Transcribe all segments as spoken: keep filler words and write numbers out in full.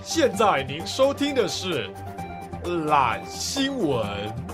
现在您收听的是懒新闻。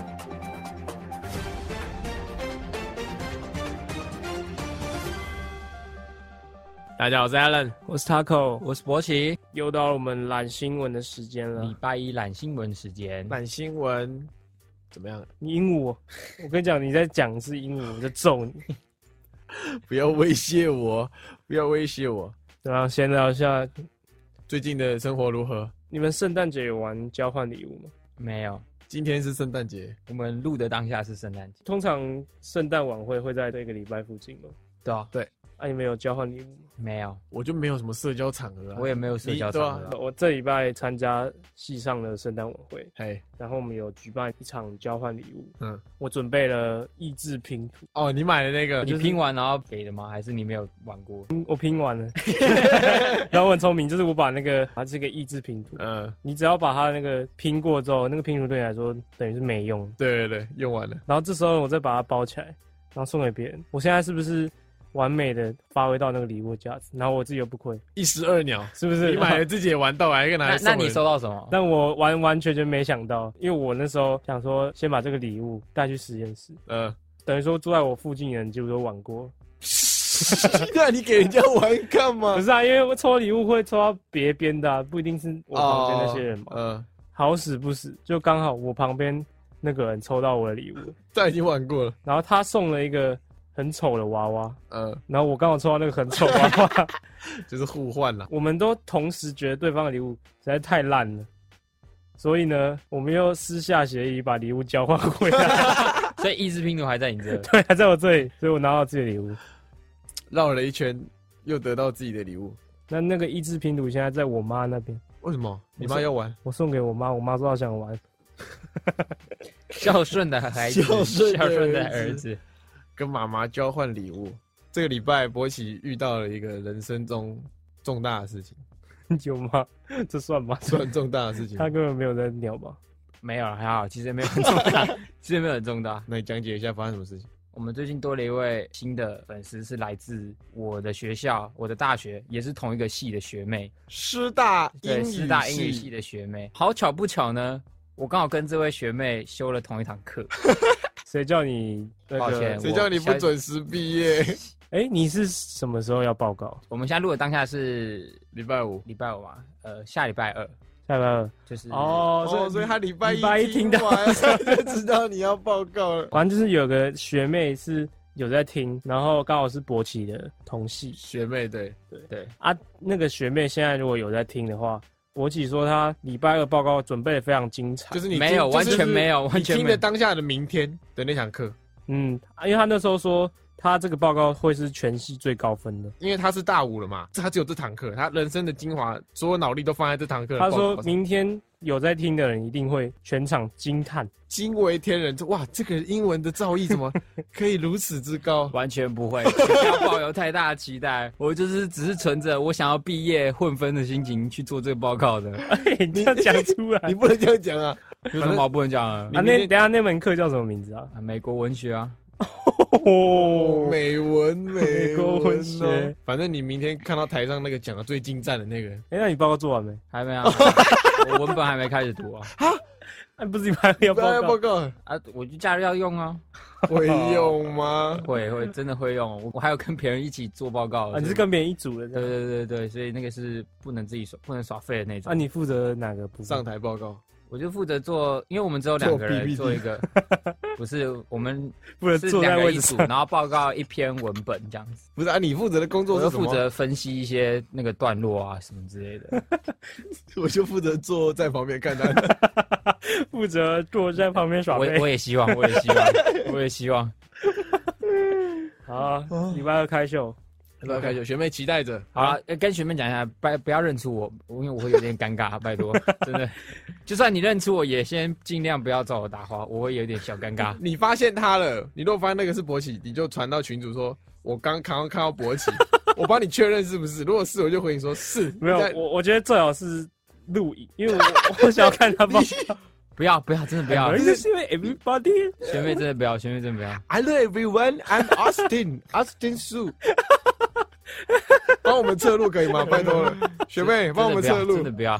大家好，我是 Alan， 我是 Taco， 我是博奇， 又到了我们懒新闻的时间了。 礼拜一懒新闻时间， 懒新闻怎么样？ 你鹦鹉，我跟你讲，你在讲是鹦鹉，我就揍你！ 不要威胁我，不要威胁我。 然后先聊一下最近的生活如何？ 你们圣诞节有玩交换礼物吗？ 没有， 今天是圣诞节， 我们录的当下是圣诞节。 通常圣诞晚会会在这个礼拜附近吗？ 对啊， 对。 啊，你们有交换礼物吗？ 没有， 我就没有什么社交场合啊， 我也没有社交场合、啊。 我这礼拜参加系上的圣诞晚会， 嘿， 然后我们有举办一场交换礼物。 嗯， 我准备了益智拼图。 哦，你买的那个， 你拼完然后给的吗？还是你没有玩过？ 我拼完了，然后我很聪明，就是我把那个它是个益智拼图，嗯，你只要把它那个拼过之后，那个拼图对你来说等于是没用。 对对对，用完了。 然后这时候我再把它包起来，然后送给别人。我现在是不是完美的发挥到那个礼物价值，然后我自己又不亏， 一石二鸟， 是不是？ 你买了自己也玩到，还可以拿来送人。 那你收到什么？ 但我完完全全没想到，因为我那时候想说，先把这个礼物带去实验室，嗯、呃，等于说住在我附近的人几乎都玩过。 那你给人家玩干嘛？ 不是啊，因为我抽礼物会抽到别边的、啊，不一定是我旁边那些人嘛。嗯、哦，呃、好死不死，就刚好我旁边那个人抽到我的礼物， 他已经玩过了， 然后他送了一个很丑的娃娃，嗯，然后我刚好抽到那个很丑娃娃， 就是互换了。 我们都同时觉得对方的礼物实在太烂了，所以呢，我们又私下协议把礼物交换回来。 所以益智拼图还在你这？ 对，还在我这里，所以我拿到自己的礼物， 绕了一圈，又得到自己的礼物。 那那个益智拼图现在在我妈那边。 为什么？你妈要玩？ 我送给我妈，我妈说她想玩。 孝顺的孩子，孝顺的儿子。 跟妈妈交换礼物，这个礼拜博奇遇到了一个人生中重大的事情， 有吗？这算吗？ 算重大的事情。 他根本没有在鸟吧？ 没有，还好，其实没有很重大，其实没有很重大。 那你讲解一下发生什么事情？ 我们最近多了一位新的粉丝，是来自我的学校，我的大学，也是同一个系的学妹， 师大英语系，师大英语系的学妹。好巧不巧呢，我刚好跟这位学妹修了同一堂课。 谁叫你、那個？ 抱歉， 谁叫你不准时毕业？ 哎、欸，你是什么时候要报告？ 我们现在录的当下是礼拜五， 礼拜五嘛，呃，下礼拜二， 下礼拜二就是哦， 所以、哦、所以他礼拜一礼拜一听到就知道你要报告了。 反正就是有个学妹是有在听，然后刚好是博奇的同系学妹，对对对啊，那个学妹现在如果有在听的话。博奇说他礼拜二报告准备得非常精彩， 就是你没有、就是、完全没有，完全没有。 你听的当下的明天的那堂课， 嗯，因为他那时候说他这个报告会是全系最高分的， 因为他是大五了嘛，他只有这堂课，他人生的精华，所有脑力都放在这堂课。 他说明天有在听的人一定会全场惊叹， 惊为天人。哇，这个英文的造诣怎么可以如此之高？ 完全不会，不要抱有太大的期待。我就是只是存着我想要毕业混分的心情去做这个报告的。 哎，你这样讲出来， 你不能这样讲啊！ 有什么好不能讲啊？ 啊，那等一下那门课叫什么名字啊？ 啊美国文学啊。 哦，美文美国文学， 反正你明天看到台上那个讲的最精湛的那个， 哎、欸，那你报告做完没？ 还没啊，我文本还没开始读啊。 哈， 那、啊、不是你还要报告？ 要报告啊，我就假日要用啊。 会用吗？ 会会，真的会用。我我还有跟别人一起做报告。 啊，你是跟别人一组的？ 对对对对，所以那个是不能自己耍，不能耍废的那种。 啊，你负责哪个部分？ 上台报告。 我就负责做，因为我们只有两个人做一个，不是我们负责坐在位置上， 然后报告一篇文本这样子。 不是啊，你负责的工作是什么？ 我就负责分析一些那个段落啊什么之类的。 我就负责坐在旁边看他， 负责坐在旁边耍废。 我我也希望，我也希望，我也希望。 好，礼拜二开秀。 礼拜二开秀，学妹期待着。 好了，跟学妹讲一下，不不要认出我，因为我会有点尴尬，拜托，真的。就算你认出我，也先尽量不要找我搭话，我会有点小尴尬。 你发现他了，你如果发现那个是博奇，你就传到群组说，我刚刚看到博奇，我帮你确认是不是。如果是，我就回你说是。 没有，我我觉得最好是录影，因为我我想要看他报告。 不要不要，真的不要！ 这是因为 everybody， 学妹真的不要，学妹真的不要。 I love everyone. I'm Austin. Austin Su。帮我们侧录可以吗？拜托了，学妹帮我们侧录。 真的不要。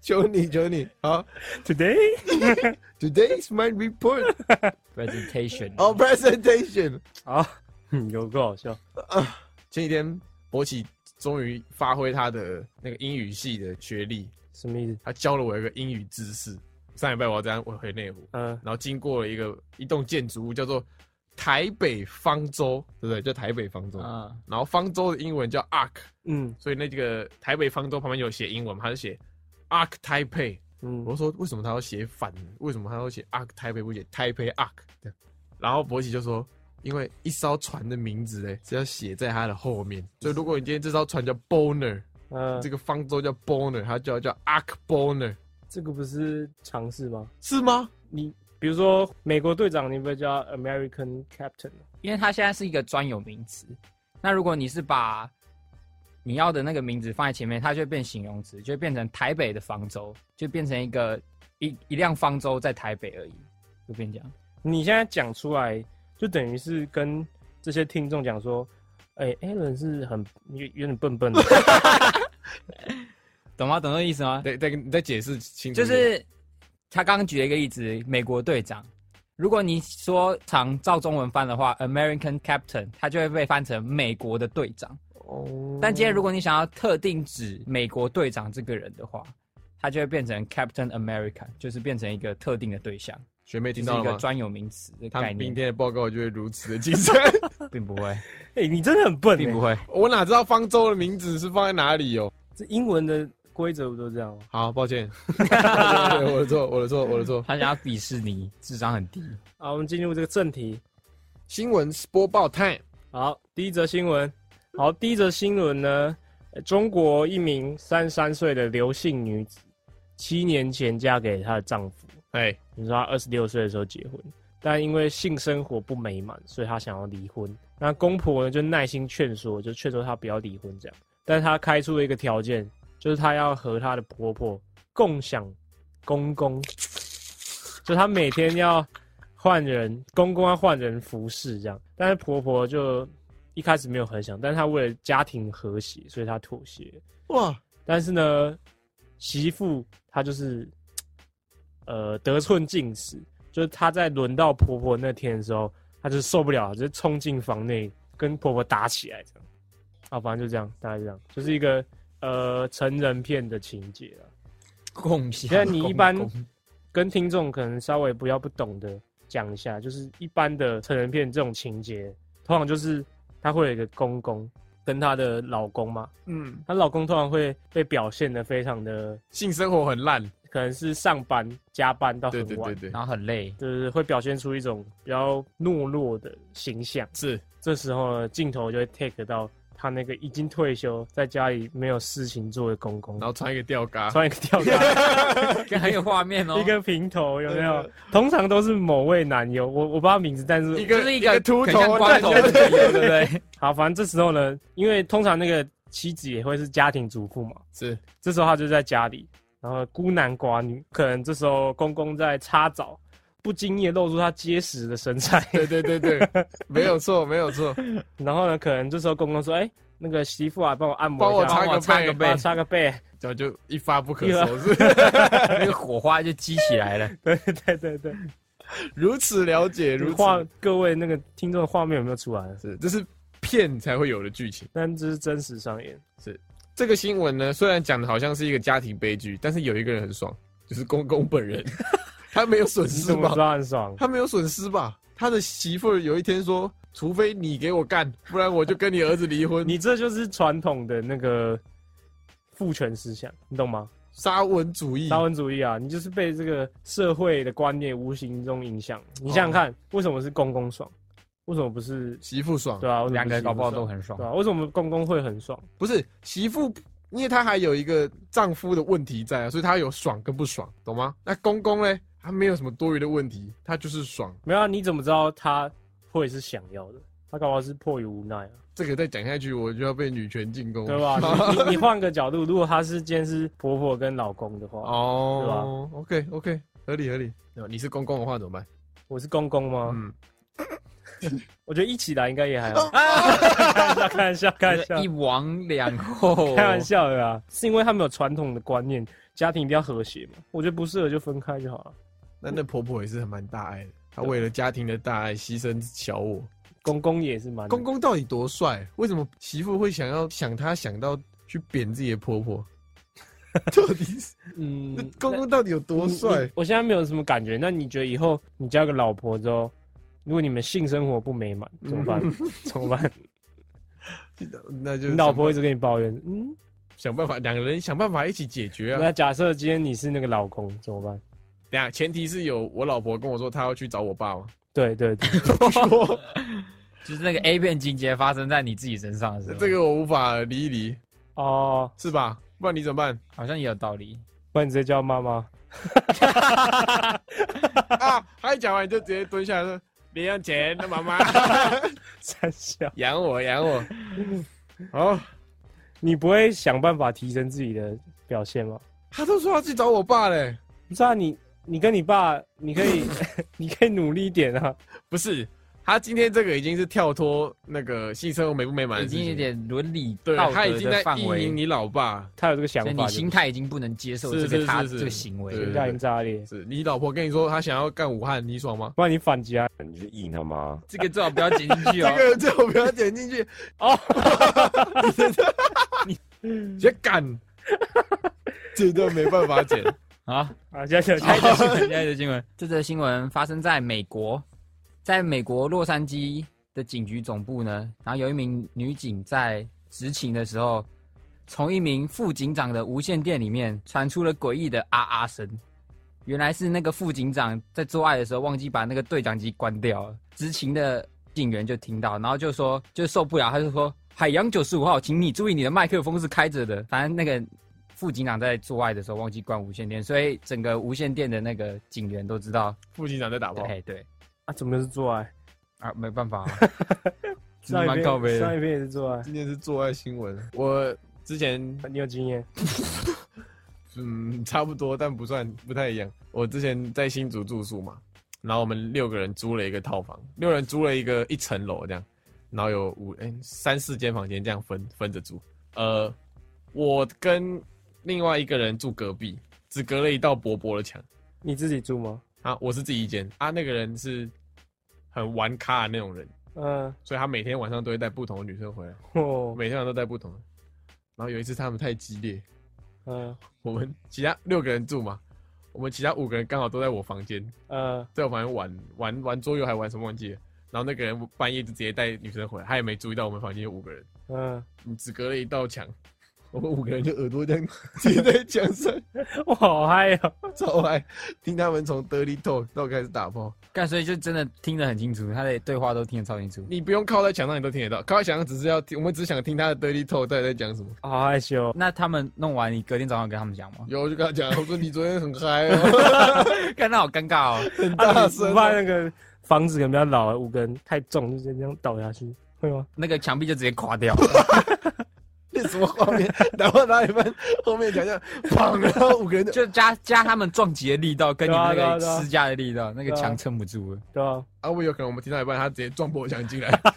求你求你，好 ，Today ，Today's my report presentation， 哦、oh, ，presentation， 好，有够好笑啊！前几天博奇终于发挥他的那个英语系的学历， 什么意思？ 他教了我一个英语知识。上礼拜我要这样回内湖，嗯，然后经过了一个一栋建筑物，叫做台北方舟，对不对？叫台北方舟啊。然后方舟的英文叫 Ark， 嗯，所以那这个台北方舟旁边有写英文，他就写 Ark Taipei。嗯，我就说为什么他要写反？为什么他要写 Ark Taipei 不写 Taipei Ark？ 然后博奇就说，因为一艘船的名字嘞是要写在它的后面，所以如果你今天这艘船叫 Boner， 嗯，这个方舟叫 Boner， 它就要叫 Ark Boner。 这个不是常识吗？ 是吗？ 你比如说美国队长，你不会叫 American Captain， 因为它现在是一个专有名词。那如果你是把你要的那个名字放在前面，它就会变形容词，就会变成台北的方舟，就变成一个一一辆方舟在台北而已，就变这样。 你现在讲出来，就等于是跟这些听众讲说，哎、欸、，Alan 是很有有点笨笨的。 懂吗？懂这个意思吗？ 对，再你再解释清楚。 就是他刚刚举了一个例子，美国队长。如果你说常照中文翻的话 ，American Captain， 它就会被翻成美国的队长。哦。但今天如果你想要特定指美国队长这个人的话，它就会变成 Captain America， 就是变成一个特定的对象。 学妹听到了吗？ 是一个专有名词的概念。 他明天的报告就会如此的精彩， 并不会。 哎、欸，你真的很笨、欸， 并不会。 我哪知道方舟的名字是放在哪里哦？ 这英文的规则不都这样吗？ 好，抱歉，对，我的错，我的错，我的错。 他想要鄙视你，智商很低。 好，我们进入这个正题， 新闻播报 time。 好，第一则新闻。好，第一则新闻呢，中国一名三十三岁的刘姓女子，七年前嫁给她的丈夫。哎，你说她二十六岁的时候结婚，但因为性生活不美满，所以她想要离婚。那公婆呢就耐心劝说，就劝说她不要离婚这样。但她开出了一个条件。就是她要和她的婆婆共享公公，就她每天要换人，公公要换人服侍这样。但是婆婆就一开始没有很想，但是她为了家庭和谐，所以她妥协。哇！但是呢，媳妇她就是呃得寸进尺，就是她在轮到婆婆那天的时候，她就受不了，就冲进房内跟婆婆打起来这样。啊，反正就这样，大概这样，就是一个。呃，成人片的情节啊， 共享。 现在你一般跟听众可能稍微不要不懂的讲一下，就是一般的成人片这种情节，通常就是他会有一个公公跟他的老公嘛，嗯，她老公通常会被表现得非常的性生活很烂， 可能是上班加班到很晚， 对对对对，然后很累， 就是会表现出一种比较懦弱的形象。 是， 这时候呢，镜头就会 take 到。他那个已经退休，在家里没有事情做的公公， 然后穿一个吊嘎， 穿一个吊嘎， 很有画面哦。 一个平头有没有？通常都是某位男优，我我不知道名字，但是一个就是一个秃头光头，对对对。 好，反正这时候呢，因为通常那个妻子也会是家庭主妇嘛， 是， 这时候他就在家里，然后孤男寡女，可能这时候公公在擦澡。不经意露出他结实的身材， 对对对对，没有错没有错。 然后呢，可能这时候公公说：“哎、欸，那个媳妇啊，帮我按摩一下， 帮我擦个背， 擦个背。” 然后就一发不可收拾， 那个火花就激起来了。 对对对对， 如此了解，如此画各位那个听众的画面有没有出来？ 是，这是片才会有的剧情， 但这是真实上演。 是这个新闻呢，虽然讲的好像是一个家庭悲剧，但是有一个人很爽，就是公公本人。他没有损失吧？ 他很爽。 他没有损失吧？他的媳妇有一天说：“除非你给我干，不然我就跟你儿子离婚。” 你这就是传统的那个父权思想，你懂吗？ 沙文主义， 沙文主义啊！你就是被这个社会的观念无形中影响。你想想看，哦、为什么是公公爽？为什么不是媳妇爽？ 对啊， 两个搞不好都很爽。 对啊，为什么公公会很爽？ 不是媳妇。因为他还有一个丈夫的问题在啊，所以他有爽跟不爽，懂吗？那公公呢，他没有什么多余的问题，他就是爽。 没有啊，你怎么知道他会是想要的？他搞不好是迫于无奈啊。 这个再讲下去，我就要被女权进攻， 对吧？你你换个角度，如果他是今天是婆婆跟老公的话， 哦， 对吧 ？OK OK， 合理合理。你是公公的话怎么办？ 我是公公吗？嗯。我觉得一起来应该也还好。开玩笑，开玩笑， 一王两后， 开玩笑的啊！是因为他们有传统的观念， 家庭一定要和谐嘛。我觉得不适合就分开就好了。 那那婆婆也是很蛮大爱的，她为了家庭的大爱牺牲小我。 公公也是蛮…… 公公到底多帅？为什么媳妇会想要想他想到去贬自己的婆婆？到底是嗯，公公到底有多帅？ 我现在没有什么感觉。那你觉得以后你交个老婆之后，如果你们性生活不美满，怎么办？怎么办？ 那就你老婆一直跟你抱怨，嗯， 想办法，两个人想办法一起解决啊。 那假设今天你是那个老公怎么办？ 等下，前提是有我老婆跟我说她要去找我爸吗？ 对对对， 就是那个 A 片情节发生在你自己身上的时候， 这个我无法理一理哦， 是吧？不然你怎么办？ 好像也有道理。 不然你直接叫妈妈。 啊，还讲完你就直接蹲下来说：“别用钱，那妈妈三小养我养我。”哦， 你不会想办法提升自己的表现吗？ 他都说要去找我爸嘞， 不是啊，你你跟你爸，你可以你可以努力一点啊。 不是。他今天这个已经是跳脱那个性生活美不美满的事情， 已经有点伦理对， 道德他已经在范围。 意淫你老爸， 他有这个想法， 你心态已经不能接受这个他这个行为， 心态已经炸裂。 是你老婆跟你说他想要干武汉，你爽吗？ 不然你反击啊， 你是硬他妈！ 这个最好不要剪进去哦， 这个最好不要剪进去哦。你你先干，这段没办法剪啊啊！下下下一则新闻，下一则新闻，这则新闻发生在美国，在美国洛杉矶的警局总部呢，然后有一名女警在执勤的时候，从一名副警长的无线电里面传出了诡异的啊啊声。原来是那个副警长在做爱的时候忘记把那个对讲机关掉了，执勤的警员就听到，然后就说就受不了，他就说海洋九十五号，请你注意你的麦克风是开着的。反正那个副警长在做爱的时候忘记关无线电，所以整个无线电的那个警员都知道副警长在打炮。 对对啊，怎么是做爱？ 啊，没办法、啊， 上一篇上一篇也是做爱， 今天是做爱新闻。我之前你有经验， 嗯，差不多，但不算不太一样。我之前在新竹住宿嘛，然后我们六个人租了一个套房，六人租了一个一层楼这样，然后有五哎、欸、三四间房间这样分分着住。呃，我跟另外一个人住隔壁，只隔了一道薄薄的墙。 你自己住吗？ 啊，我是自己一间啊，那个人是很玩咖的那种人，嗯，所以他每天晚上都会带不同的女生回来，哦，每天晚上都带不同的。然后有一次他们太激烈，嗯，我们其他六个人住嘛，我们其他五个人刚好都在我房间，嗯，在我房间玩玩玩桌游还玩什么忘记了。然后那个人半夜就直接带女生回来，他也没注意到我们房间有五个人，嗯，只隔了一道墙。我们五个人就耳朵这样贴在墙上， 哇，好嗨哦， 超嗨！听他们从 dirty talk 到开始打炮， 干，所以就真的听得很清楚，他的对话都听得超清楚。 你不用靠在墙上，你都听得到。靠在墙上只是要听，我们只想听他的 dirty talk 到底在讲什么。 好害羞。 那他们弄完，你隔天早上跟他们讲吗？ 有，我就跟他讲，我说你昨天很嗨哦， 干那好尴尬哦， 很大声、啊。 怕那个房子可能比较老，五个人太重，就直接这样倒下去，会吗？ 那个墙壁就直接垮掉。 那什么画面？然后拿一半后面讲讲，砰！然后五个人就加加他们撞击的力道，跟你那个施加的力道，那个墙撑不住了。 对啊， 啊，我有可能我们听到一半，他直接撞破墙进来，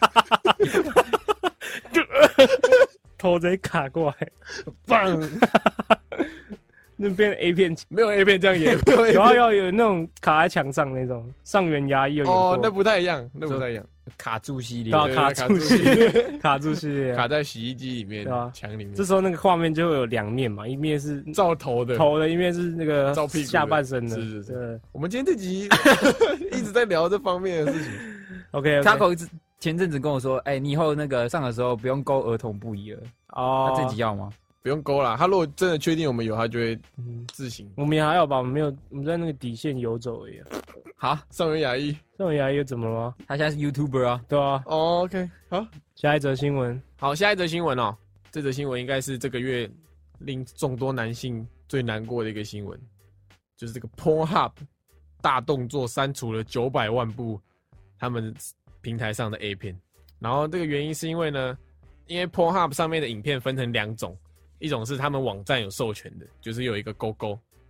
头直接卡过来，砰！那边 A 片没有 A 片这样演， 有啊有有那种卡在墙上那种上元牙医有哦，那不太一样，那不太一样。 卡住系列， 对卡住系列，卡住系列， 卡在洗衣机里面，墙里面。 这时候那个画面就会有两面嘛，一面是照头的， 头的一面是那个照屁股下半身的。 是是是。我们今天这集一直在聊这方面的事情。 OK， 他口前阵子跟我说，哎，你以后那个上的时候不用勾儿童不宜了。哦，他这集要吗？ 不用勾啦，他如果真的确定我们有，他就会自行。 我们也还好吧，我们没有，我们在那个底线游走而已。 好， 上元牙医， 上元牙医又怎么了吗？ 他现在是 YouTuber 啊， 对啊。 哦 ，OK， 好， 下一则新闻。 好，下一则新闻哦，这则新闻应该是这个月令众多男性最难过的一个新闻，就是这个 Pornhub 大动作删除了九百万部他们平台上的 A 片，然后这个原因是因为呢，因为 Pornhub 上面的影片分成两种。一种是他们网站有授权的，就是有一个勾勾，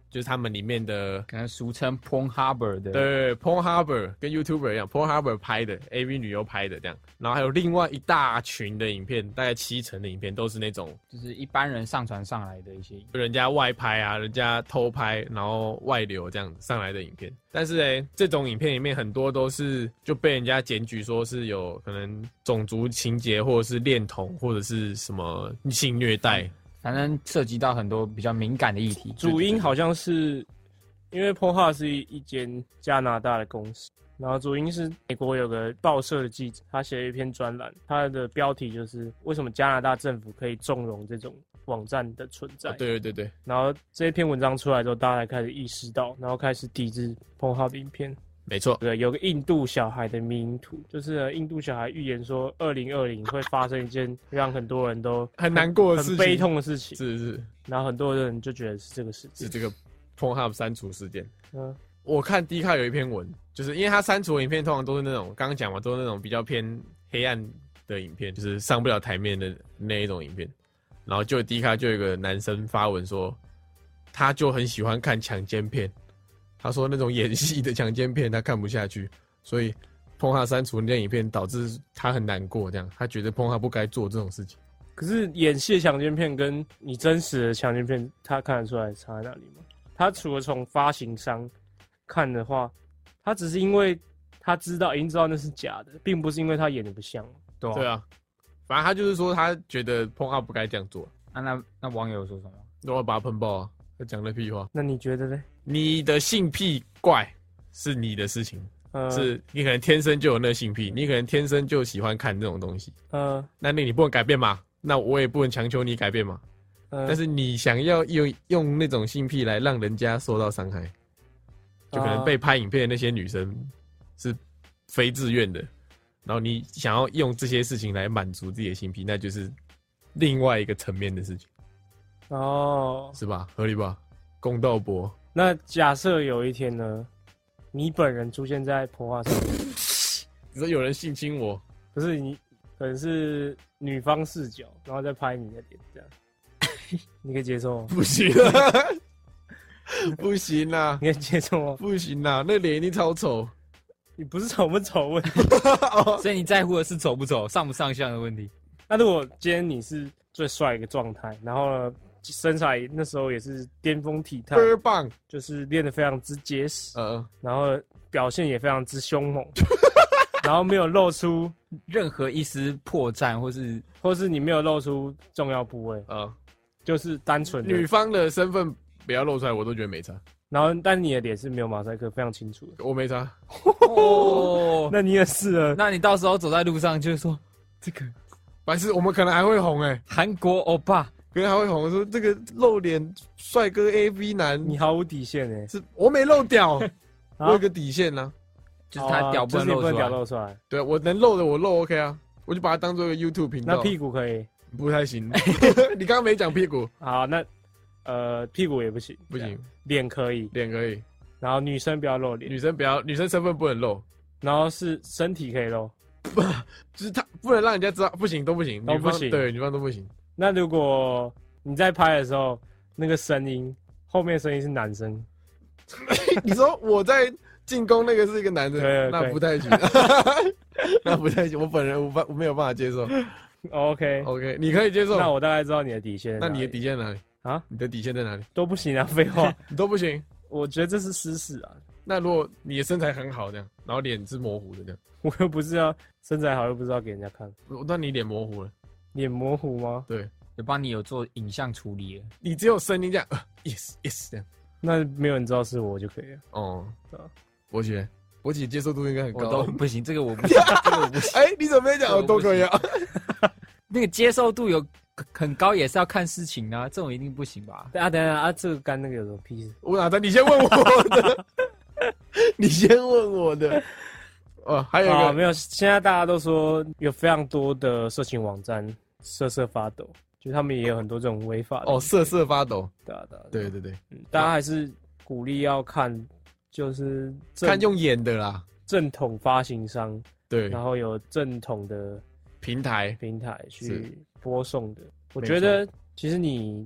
就是他们里面的， 可能俗称 Pornhub 的， 对 ，Pornhub 跟 YouTuber 一样 ，Pornhub 拍的 A V 女优拍的这样，然后还有另外一大群的影片，大概七成的影片都是那种， 就是一般人上传上来的一些， 人家外拍啊，人家偷拍，然后外流这样子上来的影片。但是哎，这种影片里面很多都是就被人家检举说是有可能种族情节，或者是恋童，或者是什么性虐待。 反正涉及到很多比较敏感的议题。 主因好像是因为 Pornhub 是一间加拿大的公司，然后主因是美国有个报社的记者，他写了一篇专栏，他的标题就是为什么加拿大政府可以纵容这种网站的存在。 哦、对对对对。 然后这一篇文章出来之后，大家才开始意识到，然后开始抵制 Pornhub 的影片。 没错， 对，有个印度小孩的迷因图，就是印度小孩预言说，二零二零会发生一件让很多人都很, 很难过的事情， 很悲痛的事情。 是是， 然后很多人就觉得是这个事件， 是这个 Pornhub 删除事件。 嗯， 我看 D 卡有一篇文，就是因为他删除的影片通常都是那种刚刚讲嘛，都是那种比较偏黑暗的影片，就是上不了台面的那一种影片。然后就 D 卡就有一个男生发文说，他就很喜欢看强奸片。他说那种演戏的强奸片他看不下去，所以 Pornhub 删除那些影片导致他很难过，这样他觉得 Pornhub 不该做这种事情。 可是演戏的强奸片跟你真实的强奸片，他看得出来差在哪里吗？他除了从发行商看的话，他只是因为他知道已经知道那是假的，并不是因为他演的不像。 对啊，对啊，反正他就是说他觉得 Pornhub 不该这样做。 啊，那那网友说什么？ 我要把他喷爆啊！他讲的屁话。 那你觉得呢？ 你的性癖怪是你的事情，呃、是你可能天生就有那个性癖，你可能天生就喜欢看这种东西，呃，那那你不能改变嘛？那我也不能强求你改变嘛。呃、但是你想要用用那种性癖来让人家受到伤害，就可能被拍影片的那些女生是非自愿的，然后你想要用这些事情来满足自己的性癖，那就是另外一个层面的事情。哦，是吧？合理吧？公道博。 那假设有一天呢，你本人出现在Pornhub上面， 你说有人性侵我， 不是你，可能是女方视角，然后再拍你的脸，这样，你可以接受吗？ 不行啊，不行啊， 你可以接受吗？ 不行啊，那脸一定超丑。 你不是丑不丑问题， 所以你在乎的是丑不丑、上不上相的问题。 那如果今天你是最帅的一个状态，然后呢？身材那时候也是巅峰体态， 倍儿棒， 就是练得非常之结实， 嗯， 然后表现也非常之凶猛，然后没有露出任何一丝破绽，或是或是你没有露出重要部位，嗯，就是单纯的女方的身份不要露出来，我都觉得没差。 然后，但你的脸是没有马赛克，非常清楚的， 我没差。 哦，那你也是了， 那你到时候走在路上就是说这个， 反正我们可能还会红哎、欸， 韩国欧巴。 可能还会红说这个露脸帅哥 A V 男， 你毫无底线哎、欸！ 是我没露屌，我有个底线呢、啊， 就是他屌不能露出来。 屌露出来。 对，我能露的我露 OK 啊，我就把它当做一个 YouTube 频道。 那屁股可以？ 不太行。你刚刚没讲屁股。 好，那呃屁股也不行， 不行。 脸可以， 脸可以。 然后女生不要露脸， 女生不要，女生身份不能露。 然后是身体可以露， 不，就是他不能让人家知道，不行都不行， 都不行， 对，女方都不行。 那如果你在拍的时候，那个声音后面声音是男生， 你说我在进攻那个是一个男生，那不太行，那不太行，我本人无法我没有办法接受。 OK OK， 你可以接受， 那我大概知道你的底线。 那你的底线在哪里啊？ 你的底线在哪里？ 都不行啊，废话， 你都不行。 我觉得这是私事啊。 那如果你的身材很好这样，然后脸是模糊的这样， 我又不是要身材好，又不是要给人家看。 那你脸模糊了？ 脸模糊吗？ 对。 有帮你有做影像处理了， 你只有声音这样、呃、，yes yes 这样， 那没有人知道是我就可以了。 哦，博姐，博姐接受度应该很高。 我都不行，这个我不行，这个我不行。 哎、欸，你怎么没讲？我都可以啊。 那个接受度有很高，也是要看事情啊，这种一定不行吧？ 啊，等一下啊，这个干那个有什么屁事？ 我哪的？你先问我的，你先问我的。哦，还有一个、 啊、没有，现在大家都说有非常多的色情网站瑟瑟发抖。就他们也有很多这种违法的哦，瑟瑟发抖。 对啊，对啊， 对对对， 嗯，大家还是鼓励要看，就是看用演的啦， 正统发行商对， 然后有正统的平台平台去播送的。我觉得其实你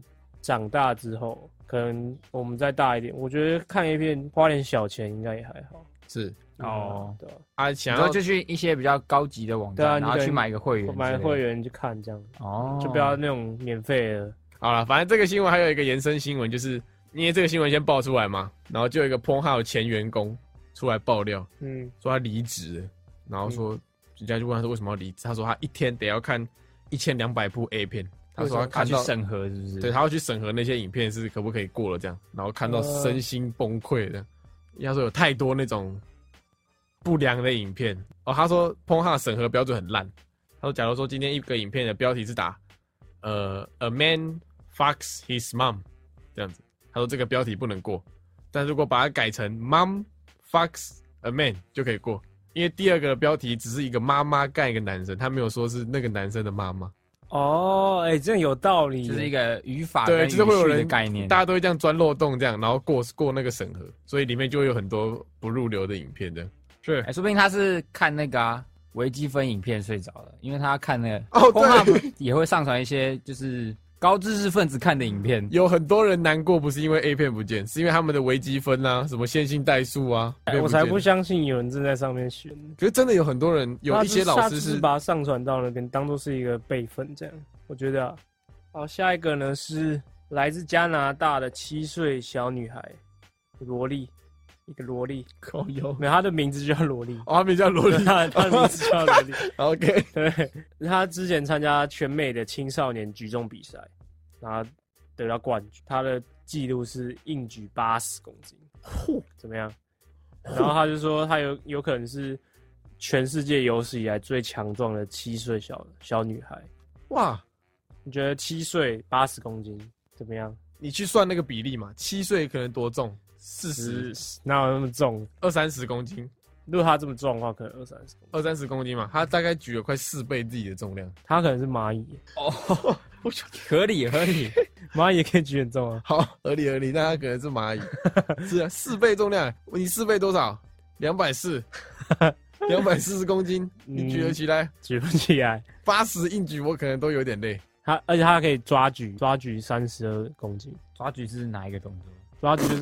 长大之后，可能我们再大一点，我觉得看 A 片花点小钱应该也还好。 是哦， 对啊，想要就去一些比较高级的网站， 啊、 然后去买一个会员， 买会员去看这样。 哦， 就不要那种免费的。 好了，反正这个新闻还有一个延伸新闻，就是因为这个新闻先爆出来嘛，然后就有一个 Pornhub 前员工出来爆料，嗯，说他离职了，然后说人家就问他说为什么要离职，他说他一天得要看一千两百部 A 片。他说他看到他去审核是不是？ 对，他要去审核那些影片是可不可以过了这样，然后看到身心崩溃的。因为他说有太多那种不良的影片哦。他说 Pornhub 审核标准很烂。他说，假如说今天一个影片的标题是打呃 A man fucks his mom 这样子，他说这个标题不能过。但如果把它改成 Mom fucks a man 就可以过，因为第二个标题只是一个妈妈干一个男生，他没有说是那个男生的妈妈。 哦，哎、欸，这样有道理， 就是一个语法对，就是会有人的概念， 大家都会这样钻漏洞，这样，然后过过那个审核，所以里面就会有很多不入流的影片，这样。是， 哎、欸，说不定他是看那个啊微积分影片睡着了，因为他看那个哦，对， 也会上传一些就是高知识分子看的影片。 有很多人难过，不是因为 A 片不见，是因为他们的微积分啊，什么线性代数啊， 欸、我才不相信有人正在上面学。 可是真的有很多人，有一些老师是把它上传到那边，当做是一个备份这样。我觉得、啊，好，下一个呢是来自加拿大的七岁小女孩，萝莉，一个萝莉， 口有， 没有，她的名字就叫萝莉， 哦，她名字叫萝莉， 她的名字叫萝莉。 OK， 对，她之前参加全美的青少年举重比赛，然后得到冠军，她的记录是硬举八十公斤，怎么样？然后她就说，她有有可能是全世界有史以来最强壮的七岁小小女孩。哇，你觉得七岁八十公斤怎么样？ 你去算那个比例嘛，七岁可能多重？四十？ 哪有那么重？ 二三十公斤。 如果他这么重的话，可能二三十公斤。 二三十公斤嘛，他大概举了快四倍自己的重量。 他可能是蚂蚁哦，我觉得合理合理， 蚂蚁也可以举很重啊。 好，合理合理，那他可能是蚂蚁。是啊，四倍重量，你四倍多少？两百四。两百四十公斤，你举得起来？ 嗯、举不起来。 八十硬举我可能都有点累。 他而且他可以抓举，抓举三十二公斤。 抓举是哪一个动作？ 抓举就是，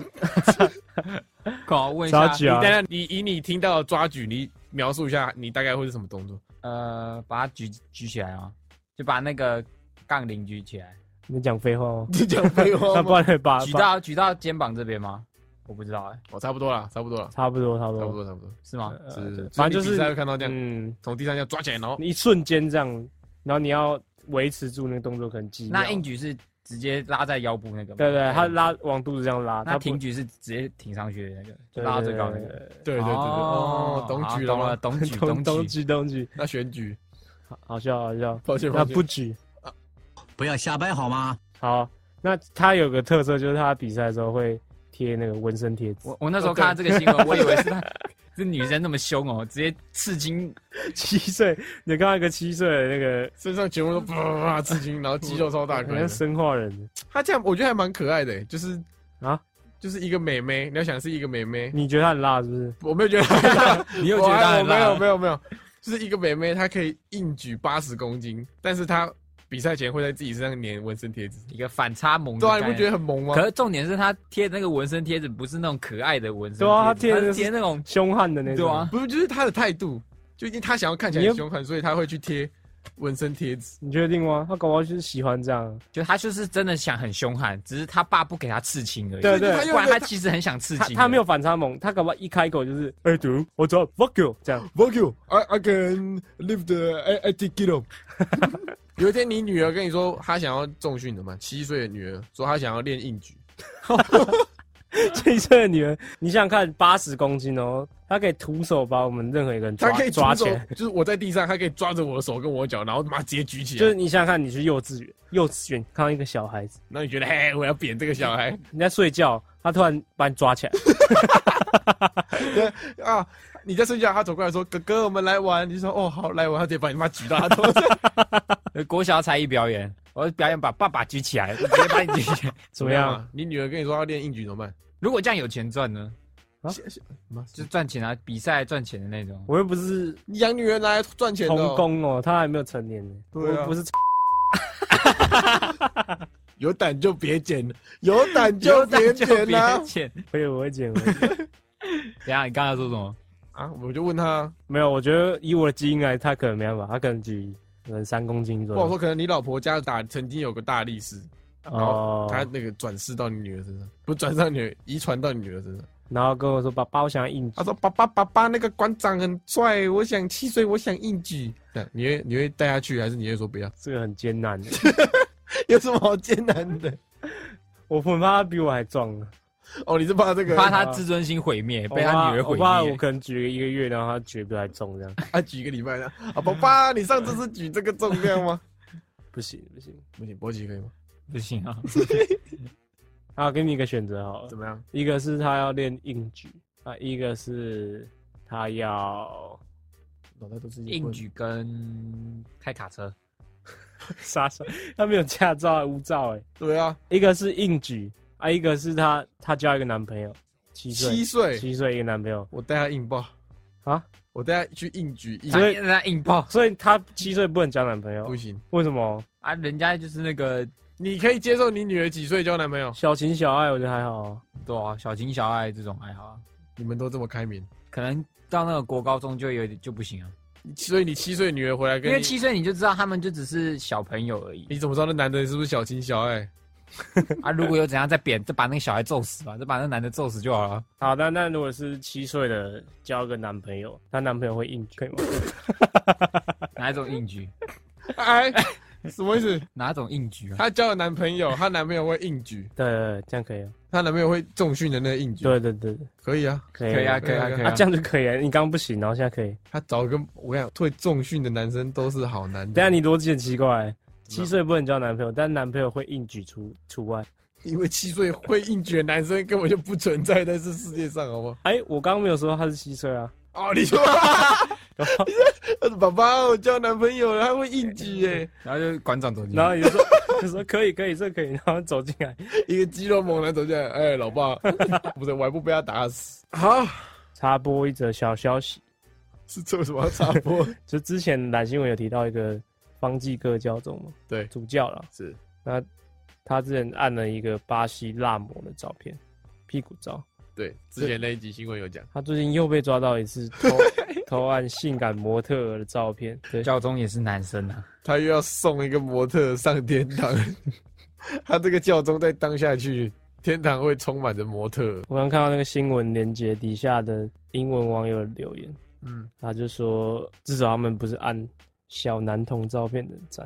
我问一下， 抓举啊！ 你等下，你以你听到的抓举，你描述一下，你大概会是什么动作？ 呃，把它举举起来啊，就把那个杠铃举起来。 你讲废话吗？ 你讲废话吗？ 那不然把举到举到肩膀这边吗？我不知道哎、欸， 哦，差不多了，差不多了， 差不多，差不多， 差不多，差不多， 是吗？ 是是是， 反正就是会看到这样，嗯，从地上这样抓起来，然后一瞬间这样，然后你要维持住那个动作，可能几秒。 那硬举是直接拉在腰部那个吗？ 对对，他拉往肚子这样拉。 那挺举是直接挺上去的那个，就拉到最高那个。 对对对对，哦，懂举了吗？ 懂举， 懂懂举，懂举。 那选举， 好笑好笑。 抱歉， 那不举， 不要瞎掰好吗？ 好，那他有个特色就是他比赛的时候会贴那个纹身贴纸。 我我那时候看到这个新闻，我以为是他。这女生那么凶哦，直接刺青。 七岁，你看到一个七岁的那个身上全部都啪啪啪刺青，然后肌肉超大颗， 像生化人。 他这样我觉得还蛮可爱的，就是啊， 就是一个美眉，你要想是一个美眉， 你觉得她很辣是不是？ 我没有觉得她很辣， 你又觉得她很辣？ 没有没有没有，就是一个美眉，她可以硬举八十公斤，但是她比赛前会在自己身上粘纹身贴纸， 一个反差萌。 对啊，你不觉得很萌吗？ 可是重点是他贴那个纹身贴纸不是那种可爱的纹身， 对啊，他贴贴那种凶悍的那种， 对啊， 不是，就是他的态度，就因为他想要看起来凶悍，所以他会去贴纹身贴纸。 你确定吗？他搞不好就是喜欢这样， 就他就是真的想很凶悍，只是他爸不给他刺青而已。 对对， 不然他其实很想刺青。 他没有反差萌，他搞不好一开口就是哎，dude，我走 fuck you 这样 ，fuck you，I I can live the I I take it up 。有一天，你女儿跟你说她想要重训的嘛？七岁的女儿说她想要练硬举。 七岁的女儿，你想想看，八十公斤哦，她可以徒手把我们任何一个人抓， 她可以抓起来， 就是我在地上，她可以抓着我的手跟我脚，然后妈直接举起来。 就是你想想看，你去幼稚园，幼稚园看到一个小孩子， 那你觉得嘿，我要扁这个小孩？ 你在睡觉，他突然把你抓起来， 对啊。你在睡觉，他走过来说：“哥哥，我们来玩。”你就说：“哦，好，来玩。”他直接把你妈举到他头上。 国小才艺表演，我表演把爸爸举起来，直接把你举起来， 怎么样？你女儿跟你说要练硬举怎么办？ 如果这样有钱赚呢？ 啊， 就赚钱啊，比赛赚钱的那种。 我又不是你养女儿拿来赚钱的童工哦，她还没有成年呢。 对啊， 我不是。 有胆就别剪，有胆就别剪啦。 我也我会剪。等下你刚才说什么啊？我就问他， 没有，我觉得以我的基因来，他可能没办法，他可能举可能三公斤左右。 不好说，可能你老婆家打曾经有个大力士，然后他那个转世到你女儿身上，不转到女儿，遗传到你女儿身上。 然后跟我说：“爸爸，我想要硬举。” 他说：“爸爸，爸爸，那个馆长很帅，我想七岁，我想硬举。”你会你会带他去，还是你会说不要？ 这个很艰难的， 有什么好艰难的？ 我很怕他比我还壮呢。 哦，你是怕这个？ 怕他自尊心毁灭，被他女儿毁灭。 我怕我可能举了一个月，然后他举不太重这样。 他举一个礼拜呢？啊，爸爸，你上次是举这个重量吗？ 不行不行不行，搏击可以吗？ 不行啊。 啊，给你一个选择好了， 怎么样？ 一个是他要练硬举啊，一个是他要脑袋都是硬举跟开卡车。 傻傻，他没有驾照，无照哎。 对啊， 一个是硬举啊，一个是他他交一个男朋友，七岁， 七岁， 七岁一个男朋友， 我带他硬爆啊， 我带他去硬举， 所以他硬爆， 所以他七岁不能交男朋友， 不行， 为什么啊？人家就是那个。 你可以接受你女儿几岁交男朋友？ 小情小爱，我觉得还好啊。 对啊，小情小爱这种还好啊。 你们都这么开明， 可能到那个国高中就有点就不行啊。 所以你七岁女儿回来跟你， 因为七岁你就知道他们就只是小朋友而已。 你怎么知道那男的是不是小情小爱？ 啊，如果有怎样再扁，就把那个小孩揍死吧，就把那男的揍死就好了。 好的，那如果是七岁的交个男朋友，她男朋友会硬举可以吗？ 哪一种硬举？ 哎。什么意思？ 哪种硬举啊？ 她交了男朋友，她男朋友会硬举， 对对对，这样可以啊。 她男朋友会重训的那个硬举， 对对对， 可以啊， 可以可以啊，可以啊，可以啊， 这样就可以啊。你刚刚不行，然后现在可以。 她找个我跟你讲，会重训的男生都是好男的。 等下你逻辑很奇怪，七岁不能交男朋友，但男朋友会硬举除除外。 因为七岁会硬举的男生根本就不存在在这世界上，好不好？ 哎，我刚刚没有说他是七岁啊。 哦，你说，爸爸，我交男朋友了，他会硬举哎， 然后就馆长走进来， 然后你就说，就说可以可以，这可以，然后走进来， 一个肌肉猛男走进来，哎，老爸，不是，我还不被他打死。好， 插播一则小消息， 是这为什么要插播？ 就之前蓝新闻有提到一个方济各教宗嘛， 对， 主教了， 是， 那他之前按了一个巴西辣模的照片，屁股照。 对，之前那一集新闻有讲， 他最近又被抓到一次偷偷按性感模特儿的照片。对， 教宗也是男生啊， 他又要送一个模特上天堂。他这个教宗再当下去，天堂会充满着模特。 我刚看到那个新闻连结底下的英文网友留言， 嗯， 他就说至少他们不是按小男童照片的赞。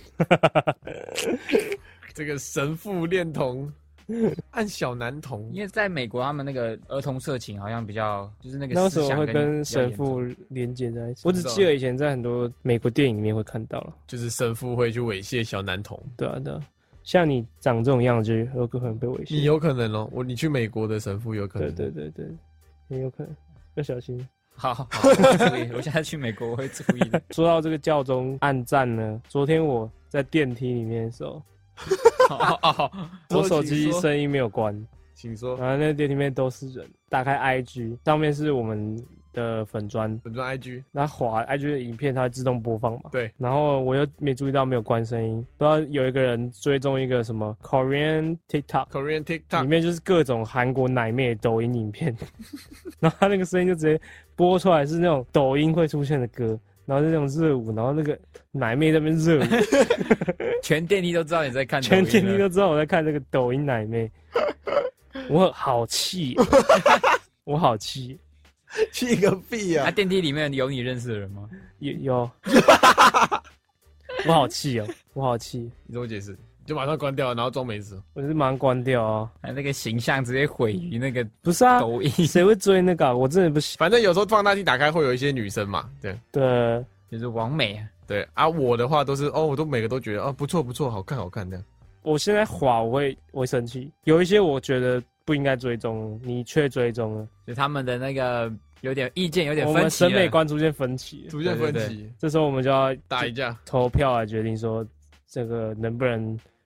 这个神父恋童。按小男童， 因为在美国，他们那个儿童色情好像比较，就是那个那时候会跟神父连接在一起。我只记得以前在很多美国电影里面会看到了， 就是神父会去猥亵小男童。 对啊，对啊，像你长这种样子，就有可能被猥亵。 你有可能哦，我你去美国的神父有可能。 对对对对，也有可能，要小心。 好，好，好，注意。我现在去美国我会注意的。 说到这个教宗按赞呢，昨天我在电梯里面的时候。 哦哦， 我手机声音没有关， 请说。 然后那电梯里面都是人，打开 I G 上面是我们的粉专， 粉专 I G， 那滑 I G 的影片它会自动播放嘛？ 对。 然后我又没注意到没有关声音，不知道有一个人追踪一个什么 Korean TikTok，Korean TikTok 里面就是各种韩国奶妹的抖音影片，然后他那个声音就直接播出来是那种抖音会出现的歌。然后是那种热舞，然后那个奶妹在那边热舞， 全电梯都知道你在看， 全电梯都知道我在看这个抖音奶妹，我好气，我好气， 气个屁啊！ 那、啊、电梯里面有你认识的人吗？ 有有，我好气哦，我好气， 你怎么解释？就马上关掉，然后装没事。 我是马上关掉啊！ 哎，那个形象直接毁于那个不是啊， 抖音谁会追那个、啊？我真的不行。 反正有时候放大镜打开会有一些女生嘛，对对， 就是网美啊。 对啊，我的话都是哦，我都每个都觉得哦不错不错，好看好看这样。 我现在滑我会我会生气，有一些我觉得不应该追踪，你却追踪了， 就他们的那个有点意见有点分歧， 我们审美观出现分歧， 出现分歧， 对对对，这时候我们就要打一架， 投票来决定说这个能不能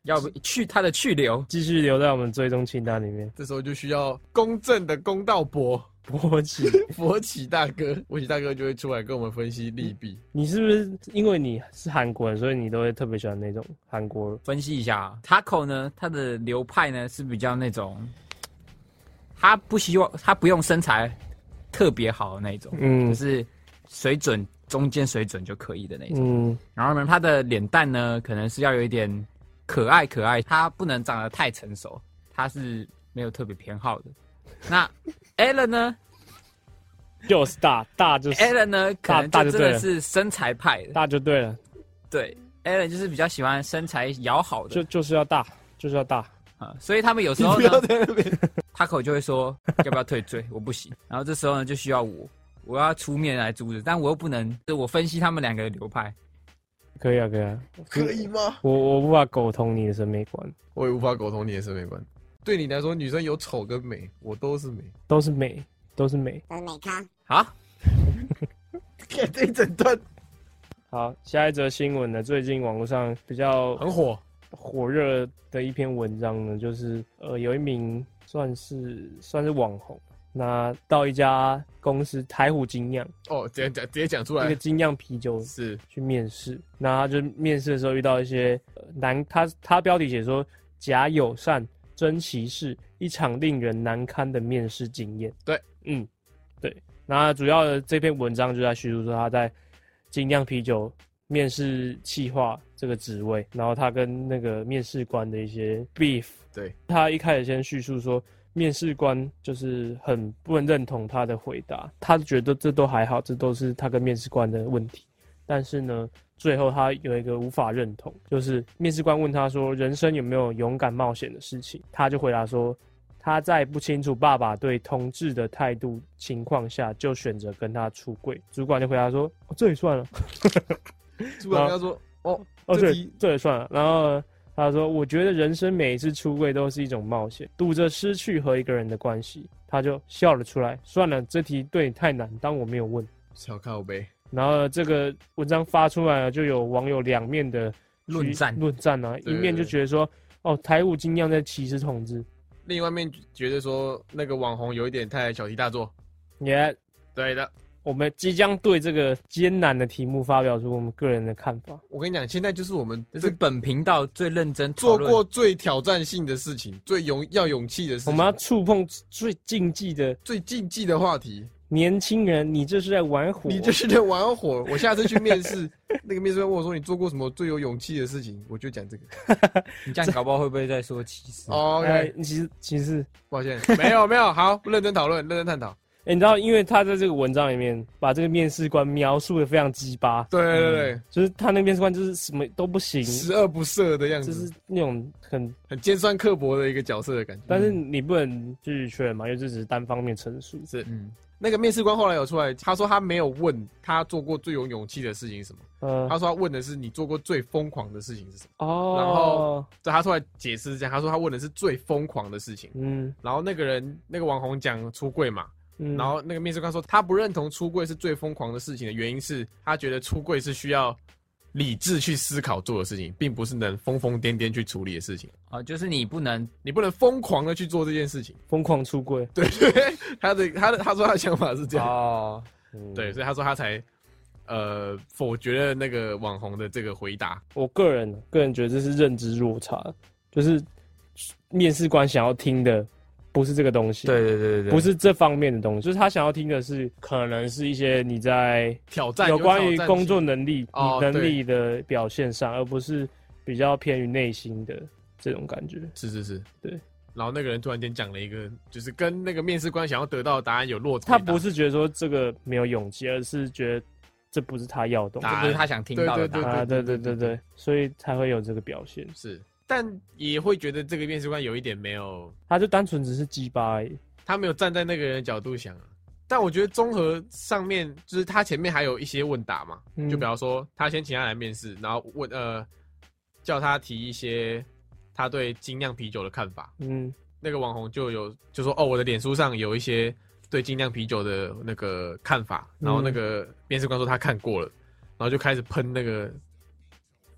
要去他的去留， 继续留在我们追踪清单里面。 这时候就需要公正的公道伯博起博起大哥，博起大哥就会出来跟我们分析利弊。 你是不是因为你是韩国人，所以你都会特别喜欢那种韩国？ 分析一下 ，Taco 呢，他的流派呢是比较那种，他不希望他不用身材特别好的那种，嗯，就是水准中间水准就可以的那种。嗯，然后呢，他的脸蛋呢，可能是要有一点可爱可爱，他不能长得太成熟，他是没有特别偏好的。那 Alan 呢？ 就是大大就是 Alan 呢，可能就真的是身材派的， 大就对了。 对 ，Alan 就是比较喜欢身材姣好的， 就就是要大，就是要大啊。所以他们有时候呢，Taco 就会说要不要退追，我不行。然后这时候呢，就需要我，我要出面来阻止，但我又不能，我分析他们两个的流派。 可以啊，可以啊， 可以吗？ 我我无法苟同你的审美观， 我也无法苟同你的审美观。对你来说，女生有丑跟美，我都是美， 都是美，都是美， 都是美咖。 好， 看这一整段。 好，下一则新闻呢，最近网络上比较很火、 火热的一篇文章呢，就是呃，有一名算是算是网红，那到一家公司台虎精酿哦，直接讲直接讲出来， 一个精酿啤酒是去面试，那他就面试的时候遇到一些、呃、难，他他标题写说假友善。真歧视，一场令人难堪的面试经验。 对， 嗯，对。那主要的这篇文章就在叙述说他在精酿啤酒面试企划这个职位，然后他跟那个面试官的一些 beef。 对， 他一开始先叙述说，面试官就是很不能认同他的回答，他觉得这都还好，这都是他跟面试官的问题。但是呢，最后他有一个无法认同，就是面试官问他说人生有没有勇敢冒险的事情，他就回答说他在不清楚爸爸对同志的态度情况下就选择跟他出柜。主管就回答说、哦、这也算了主管跟他说哦哦对，这也算了。然后他说我觉得人生每一次出柜都是一种冒险，赌着失去和一个人的关系。他就笑了出来，算了，这题对你太难，当我没有问。 小靠背。 然后这个文章发出来了，就有网友两面的论战， 论战啊，一面就觉得说，哦，台虎精酿在歧视同志， 另外一面觉得说那个网红有一点太小题大做。 也、yeah, 对的， 我们即将对这个艰难的题目发表出我们个人的看法。 我跟你讲，现在就是我们这是本频道最认真做过最挑战性的事情，最勇要勇气的事情。 我们要触碰最禁忌的、 最禁忌的话题。 年轻人，你这是在玩火！ 你这是在玩火！我下次去面试，那个面试官问我说：“你做过什么最有勇气的事情？”我就讲这个。 你这样搞不好会不会在说歧视？ 哦 ，OK，、 哎、其实其实抱歉，没有没有，好，认真讨论，认真探讨。 哎、欸，你知道，因为他在这个文章里面把这个面试官描述的非常鸡巴， 对对对、嗯， 就是他那个面试官就是什么都不行， 十恶不赦的样子， 就是那种很很尖酸刻薄的一个角色的感觉。 但是你不能去确认嘛，因为这只是单方面陈述。 是，嗯。那个面试官后来有出来，他说他没有问他做过最有勇气的事情是什么，嗯，他说他问的是你做过最疯狂的事情是什么。哦，然后他出来解释这样，他说他问的是最疯狂的事情。嗯，然后那个人那个网红讲出柜嘛，嗯，然后那个面试官说他不认同出柜是最疯狂的事情的原因是他觉得出柜是需要理智去思考做的事情，并不是能疯疯癫癫去处理的事情。 哦，就是你不能， 你不能疯狂的去做这件事情， 疯狂出柜。 对对，他的他的他说他的想法是这样。 哦， 嗯、对，所以他说他才呃否决了那个网红的这个回答。 我个人个人觉得这是认知落差，就是面试官想要听的不是这个东西， 对对对对， 不是这方面的东西，就是他想要听的是可能是一些你在挑战有关于工作能力、 哦、 能力的表现上，而不是比较偏于内心的这种感觉。 是是是， 对。 然后那个人突然间讲了一个，就是跟那个面试官想要得到的答案有落差。 他不是觉得说这个没有勇气，而是觉得这不是他要的， 这不是他想听到的答案。对对对对，所以才会有这个表现。 是，但也会觉得这个面试官有一点没有， 他就单纯只是鸡巴而已， 他没有站在那个人的角度想啊。但我觉得综合上面，就是他前面还有一些问答嘛，嗯、就比方说他先请他来面试，然后问呃叫他提一些他对精酿啤酒的看法。嗯，那个网红就有就说哦，我的脸书上有一些对精酿啤酒的那个看法，然后那个面试官说他看过了，然后就开始喷那个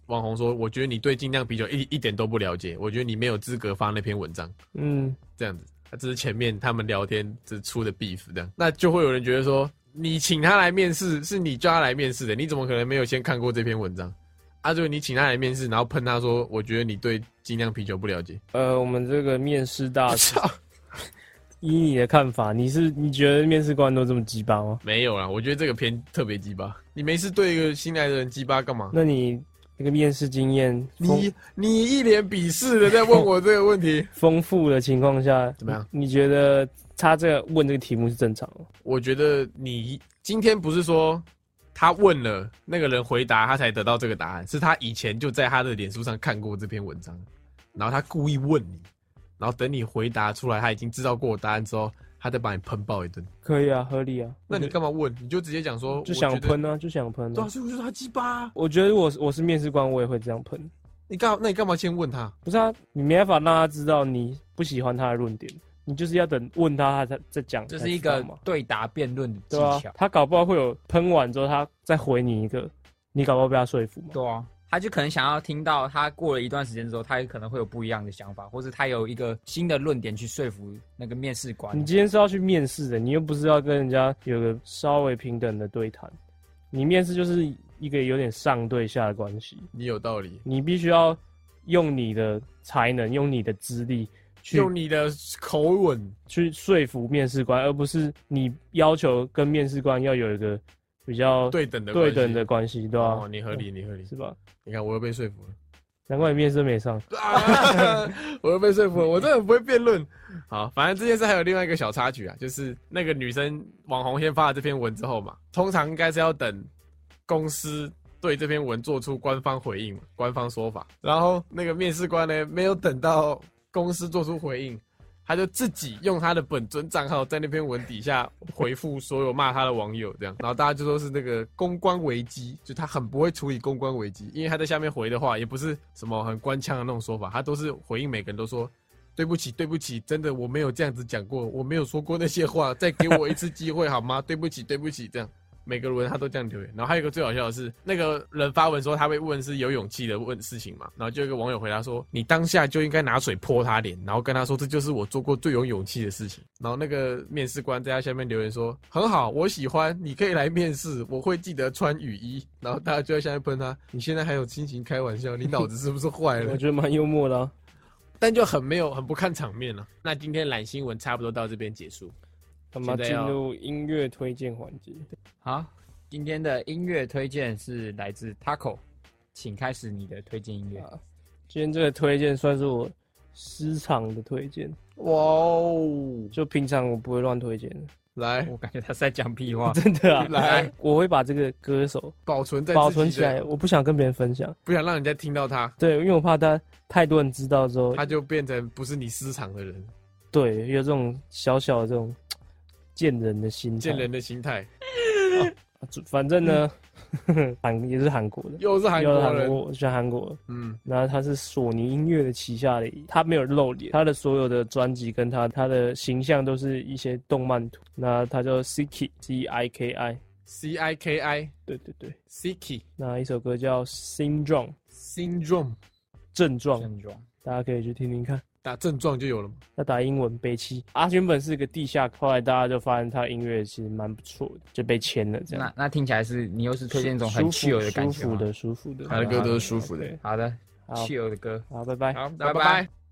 网红说，我觉得你对精酿啤酒一一点都不了解，我觉得你没有资格发那篇文章。嗯，这样子，这是前面他们聊天只出的 beef 这样，那就会有人觉得说，你请他来面试，是你叫他来面试的，你怎么可能没有先看过这篇文章？啊，就你请他来面试，然后喷他说，我觉得你对精酿啤酒不了解。 呃，我们这个面试大使，依你的看法，你是你觉得面试官都这么鸡巴吗？ 没有啦，我觉得这个偏特别鸡巴。你没事对一个新来的人鸡巴干嘛？ 那你那个面试经验， 你你一脸鄙视的在问我这个问题， 丰富的情况下怎么样？ 你觉得他这个问这个题目是正常的？ 我觉得你今天不是说。他问了那个人回答，他才得到这个答案，是他以前就在他的脸书上看过这篇文章，然后他故意问你，然后等你回答出来，他已经知道过答案之后，他再把你喷爆一顿。 可以啊，合理啊。 那你干嘛问？你就直接讲说， 就想喷啊，就想喷、啊。 对啊，所以我就说他鸡巴。 我觉得我我是面试官，我也会这样喷。 你干？那你干嘛先问他？ 不是啊，你没办法让他知道你不喜欢他的论点。你就是要等问他，他才再讲， 这是一个对答辩论的技巧。 啊、他搞不好会有喷完之后，他再回你一个，你搞不好被他说服嘛？ 对啊，他就可能想要听到他过了一段时间之后，他可能会有不一样的想法，或者他有一个新的论点去说服那个面试官。 你今天是要去面试的，你又不是要跟人家有个稍微平等的对谈。你面试就是一个有点上对下的关系。 你有道理， 你必须要用你的才能，用你的资历。 用你的口吻去说服面试官，而不是你要求跟面试官要有一个比较对等的对等的关系，对吧、啊？ 哦，你合理，你合理， 是吧？ 你看，我又被说服了， 难怪你面试没上， 啊、我又被说服了，我真的不会辩论。好，反正这件事还有另外一个小插曲啊，就是那个女生网红先发了这篇文之后嘛，通常应该是要等公司对这篇文做出官方回应、官方说法，然后那个面试官呢，没有等到公司做出回应，他就自己用他的本尊账号在那篇文底下回复所有骂他的网友，这样，然后大家就说是那个公关危机，就他很不会处理公关危机，因为他在下面回的话也不是什么很官腔的那种说法，他都是回应每个人都说对不起，对不起，真的我没有这样子讲过，我没有说过那些话，再给我一次机会好吗？对不起，对不起，这样。每个人他都这样留言，然后还有一个最好笑的是，那个人发文说他被问是有勇气的问事情嘛，然后就有一个网友回答说，你当下就应该拿水泼他脸，然后跟他说这就是我做过最有勇气的事情。然后那个面试官在他下面留言说，很好，我喜欢，你可以来面试，我会记得穿雨衣。然后大家就在下面喷他，你现在还有心情开玩笑，你脑子是不是坏了？ 我觉得蛮幽默的、啊， 但就很没有，很不看场面了、啊。那今天懒新闻差不多到这边结束， 我们进入音乐推荐环节。 好。今天的音乐推荐是来自 Taco， 请开始你的推荐音乐。啊、 今天这个推荐算是我私藏的推荐，哇哦！就平常我不会乱推荐的。 来， 我感觉他是在讲屁话， 真的啊！ 来， 我会把这个歌手保存在保存起来，我不想跟别人分享， 不想让人家听到他。 对，因为我怕他太多人知道之后， 他就变成不是你私藏的人。 对，有这种小小的这种贱人的心态， 贱人的心态。 反正呢，韩也是韩国的， 又是韩国人， 我喜欢韩国。嗯，然后他是索尼音乐的旗下的，他没有露脸，他的所有的专辑跟他他的形象都是一些动漫图。那他叫 Ciki，C I K I，C I K I， 对对对 ，Ciki。 那一首歌叫 Syndrome，Syndrome， 症状，症状，大家可以去听听看。 打症状就有了吗？ 那打英文悲戚啊，原本是个地下，后来大家就发现他音乐其实蛮不错的，就被签了这样。 那那听起来是你又是推荐一种很 chill 的感觉， 舒服的，舒服的， 他的歌都是舒服的。 好的，chill 的歌。 好，拜拜。 好，拜拜。